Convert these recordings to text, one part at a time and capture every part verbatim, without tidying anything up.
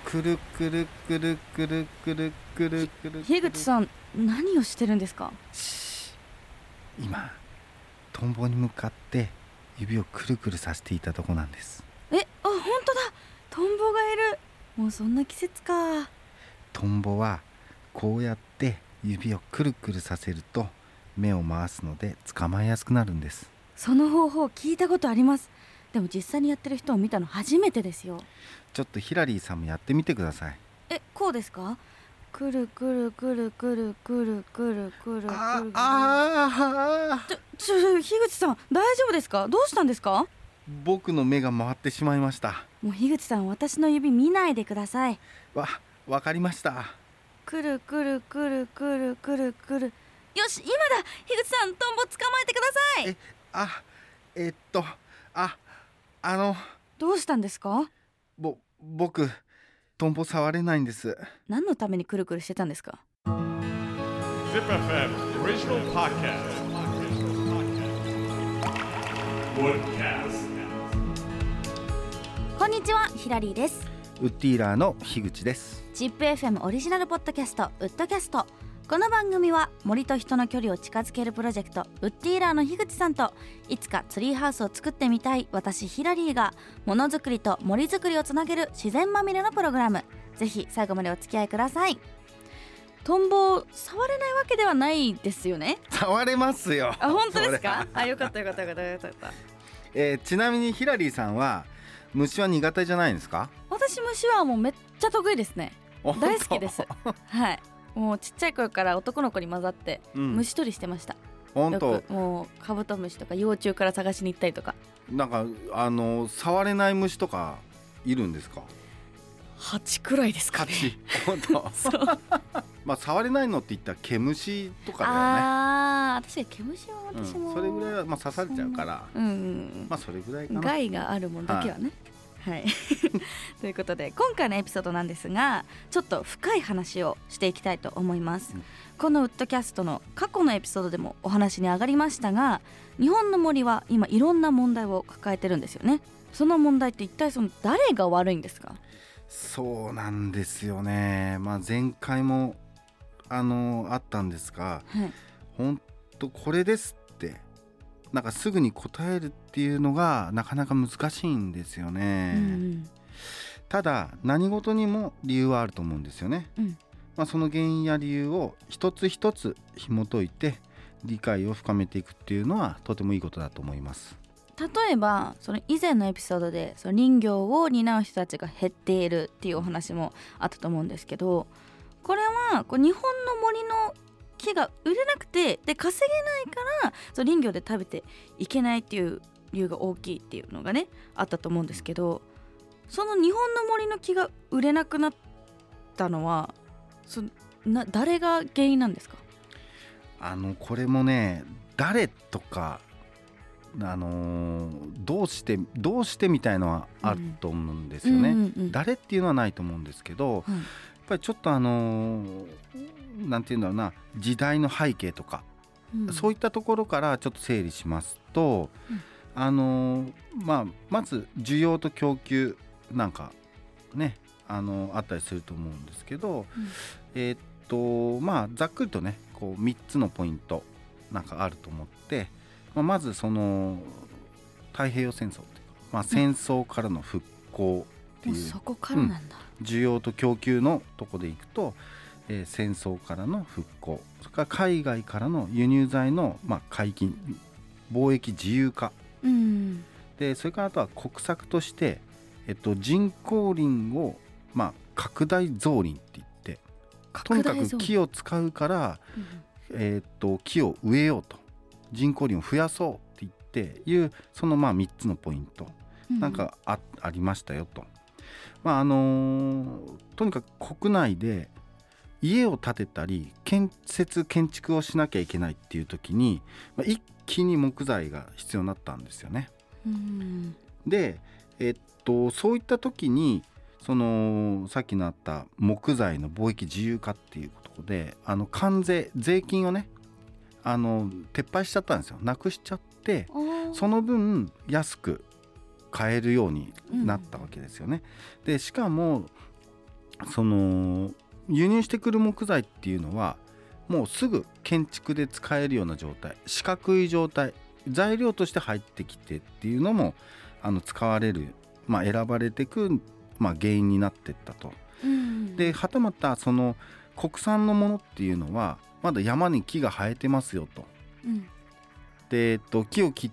くるくるくるくるくるくるくる。 樋口さん、何をしてるんですか？ 今トンボに向かって指をくるくるさせていたとこなんです。 え、あ、本当だ、トンボがいる。もうそんな季節か。 トンボはこうやって指をくるくるさせると目を回すので捕まえやすくなるんです。 その方法聞いたことあります。でも実際にやってる人を見たの初めてですよ。 ちょっとヒラリーさんもやってみてください。 え、こうですか？くるくるくるくるくるくるくるくる。 ああちょ、ちょ、樋口さん大丈夫ですか？どうしたんですか？ 僕の目が回ってしまいました。 もう樋口さん、私の指見ないでください。 わ、わかりました。 くるくるくるくるくるくる。よし、今だ。樋口さん、トンボ捕まえてください。 え、あ、えっとあ、あのどうしたんですか？ ぼ、僕トンボ触れないんです。 何のためにくるくるしてたんですか？ ジップ エフエム Original Podcast Woodcast。 こんにちは、ヒラリーです。 ウッディーラーの樋口です。 ジップ エフエム オリジナルポッドキャストウッドキャスト。この番組は森と人の距離を近づけるプロジェクトウッディーラーの樋口さんと、いつかツリーハウスを作ってみたい私ヒラリーがものづくりと森づくりをつなげる自然まみれのプログラム。ぜひ最後までお付き合いください。トンボ触れないわけではないですよね？ 触れますよ。 あ、本当ですか？あ、よかったよかったよかったよかった。 えー、ちなみにヒラリーさんは虫は苦手じゃないんですか？ 私虫はもうめっちゃ得意ですね。大好きです。はい、もうちっちゃい頃から男の子に混ざって、うん、虫取りしてました。 本当？ よくもうカブトムシとか幼虫から探しに行ったりとか。 なんかあの触れない虫とかいるんですか？ ハチくらいですかね。 ハチ、本当。そうまあ触れないのって言ったら毛虫とかだよね。 ああ、確かに毛虫は私も、 うん、それぐらいはまあ刺されちゃうから、 うん、 まあそれぐらいかな。 害があるもんだけはね。はい、はい、ということで今回のエピソードなんですが、ちょっと深い話をしていきたいと思います、うん、このウッドキャストの過去のエピソードでもお話に上がりましたが、日本の森は今いろんな問題を抱えてるんですよね。その問題って一体その誰が悪いんですか？ そうなんですよね、まあ、前回もあのあったんですが、はい、本当これですってなんかすぐに答えるっていうのがなかなか難しいんですよね、うん、ただ何事にも理由はあると思うんですよね、うん、まあ、その原因や理由を一つ一つ紐解いて理解を深めていくっていうのはとてもいいことだと思います。 例えばその以前のエピソードでその林業を担う人たちが減っているっていうお話もあったと思うんですけど、これはこう日本の森の木が売れなくてで稼げないからその林業で食べていけないっていう理由が大きいっていうのがねあったと思うんですけど、その日本の森の木が売れなくなったのはそな誰が原因なんですか？ あのこれもね、誰とかあのー、どうしてどうしてみたいのはあると思うんですよね、うんうんうんうん、誰っていうのはないと思うんですけど、うん、やっぱりちょっとあのー、なんていうんだろうな、時代の背景とか、うん、そういったところからちょっと整理しますと、うん、あのーまあ、まず需要と供給なんかね、あのー、あったりすると思うんですけど、うん、えー、っとまあざっくりとねこうみっつのポイントなんかあると思って、まずその太平洋戦争っていうか、まあ、戦争からの復興っていう、うん、 そこからなんだ、 うん、需要と供給のとこでいくと、えー、戦争からの復興、それから海外からの輸入材の、まあ、解禁、貿易自由化、うん、でそれからあとは国策として、えっと、人工林を、まあ、拡大増林って言ってとにかく木を使うから、うん、えー、っと木を植えようと、人工林を増やそうって言っていうそのまあみっつのポイントなんか あ,、うん、ありましたよと、まああのー、とにかく国内で家を建てたり建設建築をしなきゃいけないっていう時に、まあ、一気に木材が必要になったんですよね、うん、で、えっと、そういった時にそのさっきのあった木材の貿易自由化っていうことで、あの関税税金をねあの撤廃しちゃったんですよ。なくしちゃってその分安く買えるようになったわけですよね、うん、でしかもその輸入してくる木材っていうのはもうすぐ建築で使えるような状態、四角い状態、材料として入ってきてっていうのもあの使われる、まあ、選ばれてく、まあ、原因になっていったと、うん、ではたまたその国産のものっていうのはまだ山に木が生えてますよと、うん、で、えっと、木を切って、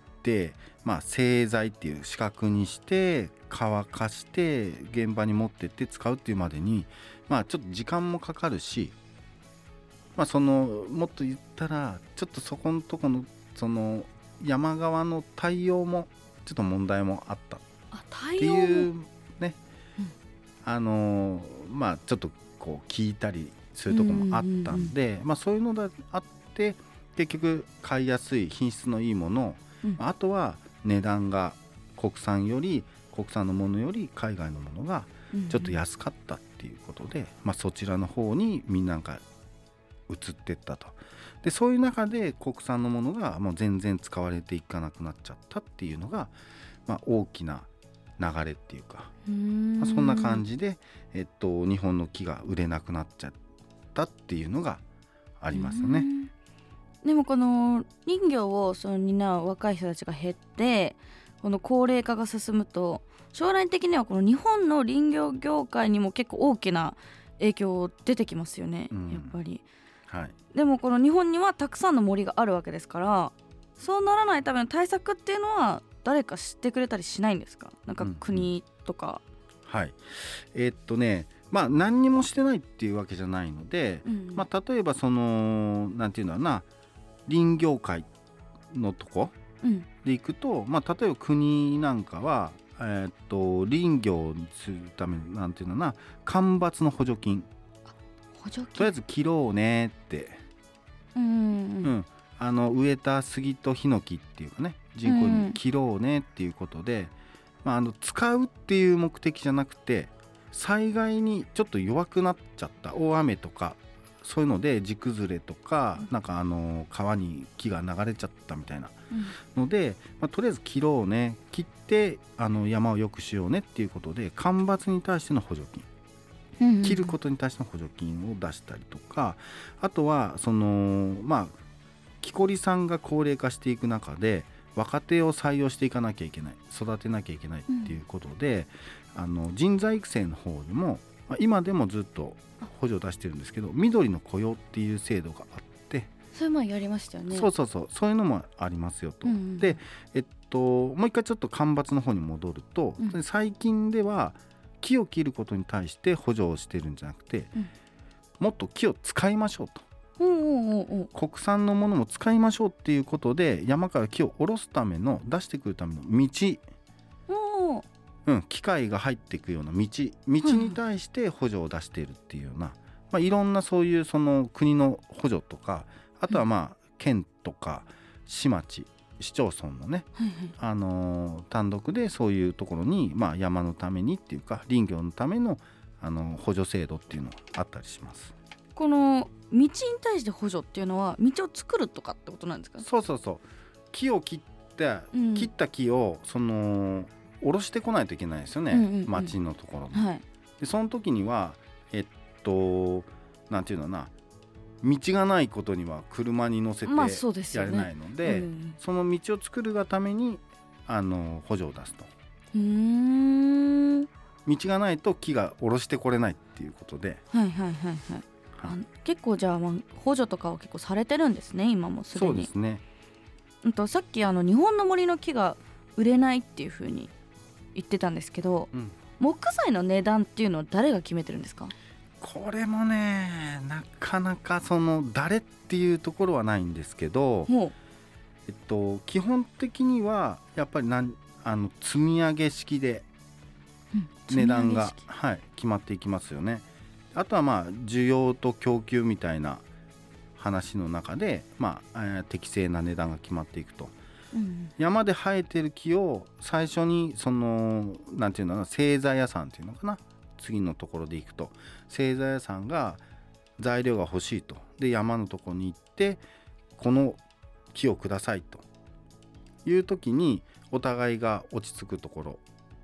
まあ、製材っていう四角にして乾かして現場に持ってって使うっていうまでに、まあ、ちょっと時間もかかるし、まあ、そのもっと言ったらちょっとそこのとこのその山側の対応もちょっと問題もあったっていうね、うん、あのまあちょっとこう聞いたりするところもあったんで、うんうんうん、まあ、そういうのがあって結局買いやすい品質のいいもの、うん、あとは値段が国産より国産のものより海外のものがちょっと安かったっていうことで、うんうん、まあ、そちらの方にみんなが移っていったと。でそういう中で国産のものがもう全然使われていかなくなっちゃったっていうのが、まあ、大きな流れっていうか、うーん、まあ、そんな感じで、えっと、日本の木が売れなくなっちゃったっていうのがありますね。 でもこの林業をその担う若い人たちが減ってこの高齢化が進むと将来的にはこの日本の林業業界にも結構大きな影響出てきますよね、うん、やっぱり、はい、でもこの日本にはたくさんの森があるわけですからそうならないための対策っていうのは誰か知ってくれたりしないんですか？なんか国とか、 うんうん、はいえー、っとねまあ何にもしてないっていうわけじゃないので、うんまあ、例えばそのなんていうのかな林業界のとこでいくと、うんまあ、例えば国なんかは、えー、っと林業にするためのなんていうのかな間伐の補助金補助金とりあえず切ろうねって、うんうんうん、あの植えた杉とヒノキっていうかね人工に切ろうねっていうことで、うんまあ、あの使うっていう目的じゃなくて災害にちょっと弱くなっちゃった大雨とかそういうので地崩れとか、うん、なんかあの川に木が流れちゃったみたいなので、うんまあ、とりあえず切ろうね切ってあの山を良くしようねっていうことで間伐に対しての補助金、うんうんうん、切ることに対しての補助金を出したりとかあとはそのまあ木こりさんが高齢化していく中で若手を採用していかなきゃいけない育てなきゃいけないっていうことで、うん、あの人材育成の方でも、まあ、今でもずっと補助を出してるんですけど緑の雇用っていう制度があってそれ前やりましたよね。 そうそうそうそういうのもありますよと、うんうん、で、えっと、もう一回ちょっと間伐の方に戻ると、うん、最近では木を切ることに対して補助をしてるんじゃなくて、うん、もっと木を使いましょうとうんうんうんうん、国産のものも使いましょうっていうことで山から木を下ろすための出してくるための道、うん、機械が入っていくような道道に対して補助を出しているっていうような、うんまあ、いろんなそういうその国の補助とかあとはまあ県とか市町市町村のね、はいはいあのー、単独でそういうところに、まあ、山のためにっていうか林業のための、あのー、補助制度っていうのがあったりします。 この道に対して補助っていうのは道を作るとかってことなんですか？ そうそうそう木を切って、うん、切った木をその下ろしてこないといけないですよね、うんうんうん、町のところに、はい、でその時にはえっとなんていうのかな道がないことには車に乗せてやれないので、まあ そ, で、ねうん、その道を作るがためにあの補助を出すとうーん道がないと木が下ろしてこれないっていうことではいはいはいはいあ結構じゃあ補助とかは結構されてるんですね今もすでに。 そうですね。 うんとさっきあの日本の森の木が売れないっていう風に言ってたんですけど、うん、木材の値段っていうのは誰が決めてるんですか？ これもねなかなかその誰っていうところはないんですけど、えっと、基本的にはやっぱりなんあの積み上げ式で値段が、うんはい、決まっていきますよね。あとはまあ需要と供給みたいな話の中で、まあえー、適正な値段が決まっていくと、うん、山で生えてる木を最初にそのなんていうのかな製材屋さんっていうのかな次のところでいくと製材屋さんが材料が欲しいとで山のところに行ってこの木をくださいという時にお互いが落ち着くところ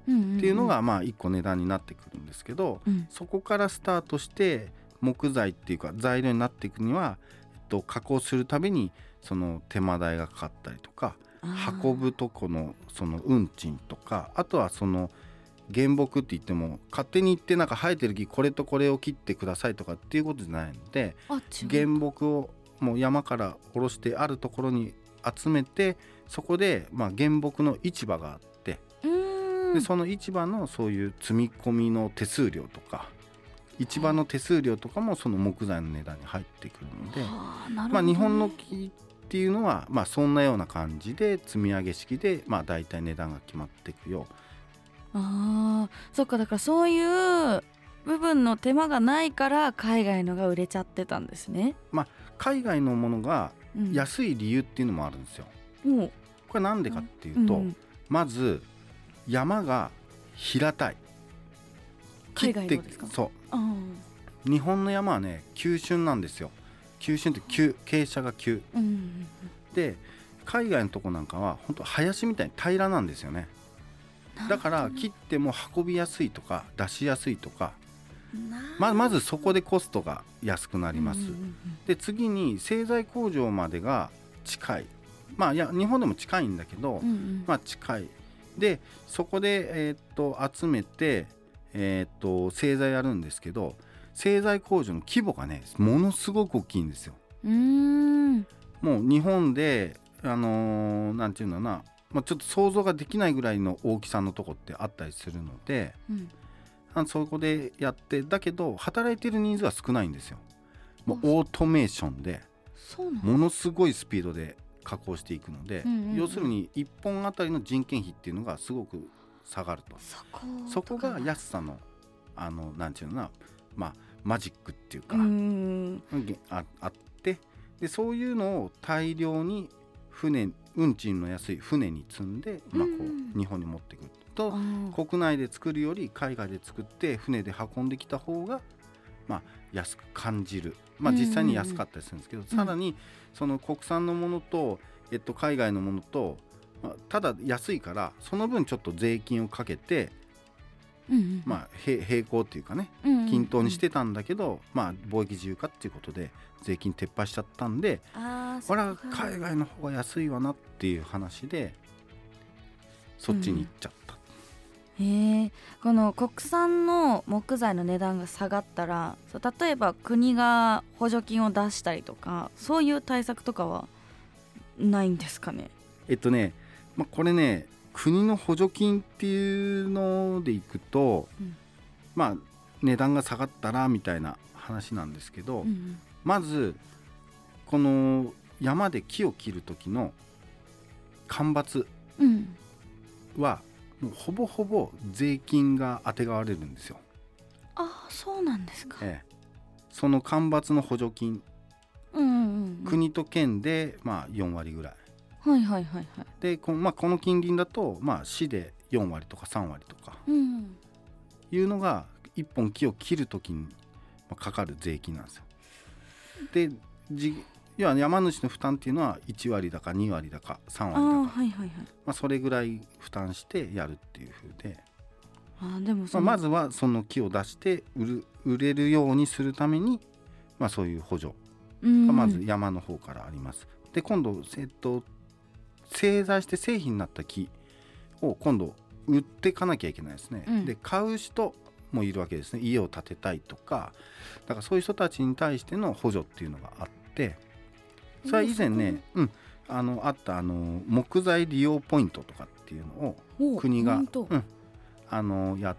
うんうんうん、 っていうのがまあいっこ値段になってくるんですけど、 うん、 そこからスタートして木材っていうか材料になっていくには、えっと、加工するたびにその手間代がかかったりとか、運ぶとこのその運賃とか、あとはその原木って言っても勝手に言ってなんか生えてる木これとこれを切ってくださいとかっていうことじゃないので、原木をもう山から下ろしてあるところに集めて、そこでまあ原木の市場があって、でその市場のそういう積み込みの手数料とか市場の手数料とかもその木材の値段に入ってくるので、 はあ、なるほどね、 まあ、日本の木っていうのはまあそんなような感じで積み上げ式でまあ大体値段が決まっていくよ。 あー、そっか、だからそういう部分の手間がないから海外のが売れちゃってたんですね。 まあ海外のものが安い理由っていうのもあるんですよ、うん、これなんでかっていうと、うん、まず山が平たい。 海外のですか？ そう、日本の山はね急峻なんですよ。急峻って急傾斜が急、うん、で海外のとこなんかは本当林みたいに平らなんですよね。だから切っても運びやすいとか出しやすいとか、 ま, まずそこでコストが安くなります、うんうんうん、で次に製材工場までが近い。まあいや日本でも近いんだけど、うんうん、まあ近いでそこで、えー、っと集めて、えー、っと製材やるんですけど、製材工場の規模がねものすごく大きいんですよ。 うーん、 もう日本であのー、なんていうのかな、まあ、ちょっと想像ができないぐらいの大きさのとこってあったりするので、うん、あそこでやってだけど働いてる人数は少ないんですよ。もうオートメーションでものすごいスピードで加工していくので、うんうんうん、要するにいっぽんあたりの人件費っていうのがすごく下がると。 そこ、 そこが安さのあのなんていうのかな、まあ、マジックっていうか、 うん、 あ, あってでそういうのを大量に船運賃の安い船に積んで、まあ、こう日本に持ってくると、国内で作るより海外で作って船で運んできた方が、まあ、安く感じる、まあ、実際に安かったりするんですけど、さらにその国産のものと、えっと、海外のものと、まあ、ただ安いからその分ちょっと税金をかけて、うんうんまあ、並行っていうかね、均等にしてたんだけど、まあ、貿易自由化っていうことで税金撤廃しちゃったんで、あこれは海外の方が安いわなっていう話でそっちに行っちゃった、 うん、へえ、この国産の木材の値段が下がったら、そう例えば国が補助金を出したりとかそういう対策とかはないんですかね？ えっとね、まあ、これね国の補助金っていうのでいくと、うん、まあ値段が下がったらみたいな話なんですけど、うんうん、まずこの山で木を切る時の間伐はもうほぼほぼ税金があてがわれるんですよ。 ああ、そうなんですか。 ええ、その間伐の補助金、うんうんうん、国と県でまあよんわりぐらい、 はいはいはいはい、 で こ,、まあ、この近隣だと、まあ、市でよんわりとかさんわりとか、うん、いうのがいっぽん木を切るときにかかる税金なんですよ。でじ要は山主の負担っていうのはいちわりだかにわりだかさんわりだか、あ、はいはいはい、まあ、それぐらい負担してやるっていう風で、 あでもまあ、まずはその木を出して売る、売れるようにするために、まあ、そういう補助がまず山の方からあります。で今度、えっと製材して製品になった木を今度売っていかなきゃいけないですね、うん、で買う人もいるわけですね。家を建てたいとか、だからそういう人たちに対しての補助っていうのがあって、それは以前ね、うん、あのあったあの木材利用ポイントとかっていうのを国が、うん、あのやって、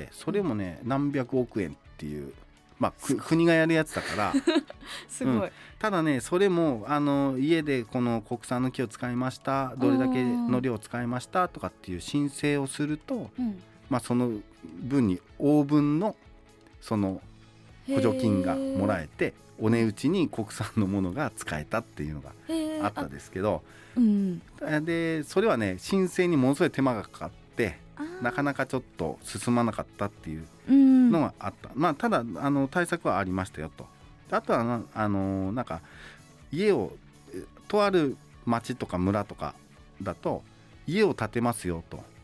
それもね何百億円っていう、まあ、国がやるやつだからすごい、うん、 ただねそれもあの家でこの国産の木を使いました、どれだけの量を使いましたとかっていう申請をすると、うん、まあ、その分に応分のその補助金がもらえて、お値打ちに国産のものが使えたっていうのがあったんですけど、うん、でそれはね申請にものすごい手間がかかってなかなかちょっと進まなかったっていうのがあった、うん、まあ、ただあの対策はありましたよと。あとはあのなんか家をとある町とか村とかだと家を建てますよと、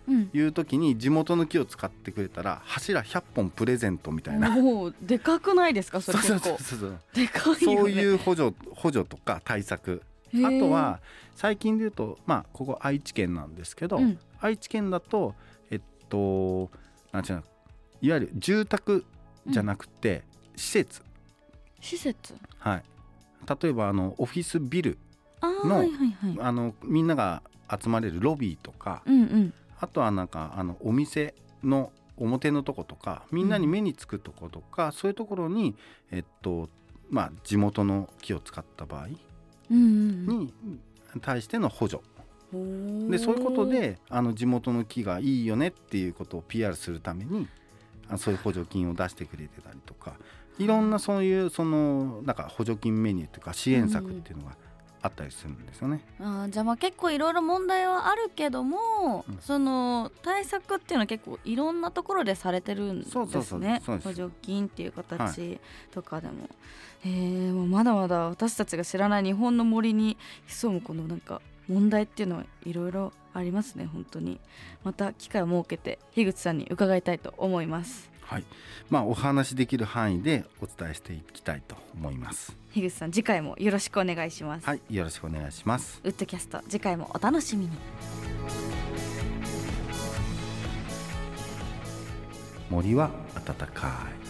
いう時に地元の木を使ってくれたら柱ひゃっぽんプレゼントみたいな。 おーでかくないですかそれ結構。 そうそうそうそうでかいよね。 そういう補助補助とか対策、あとは最近で言うと、まあ、ここ愛知県なんですけど、うん、愛知県だとえっとなんていうの、いわゆる住宅じゃなくて施設、うん、 施設、 はい、例えばあのオフィスビルの、 はいはいはい、 あのみんなが集まれるロビーとか、 うんうん、 あとはなんかあのお店の表のとことかみんなに目につくとことか、うん、そういうところに、えっとまあ、地元の木を使った場合に対しての補助、うんうん、でそういうことであの地元の木がいいよねっていうことを ピーアール するためにあそういう補助金を出してくれてたりとか、いろんなそういうそのなんか補助金メニューというか支援策っていうのがあったりするんですよね。 あじゃあまあ結構いろいろ問題はあるけども、うん、その対策っていうのは結構いろんなところでされてるんですね。 そうそうそうそう補助金っていう形とかでも、はい、えー、もうまだまだ私たちが知らない日本の森に潜むこのなんか問題っていうのはいろいろありますね。本当にまた機会を設けて樋口さんに伺いたいと思います。 はい、まあ、お話できる範囲でお伝えしていきたいと思います。 樋口さん次回もよろしくお願いします。 はい、よろしくお願いします。 ウッドキャスト次回もお楽しみに。 森は暖かい。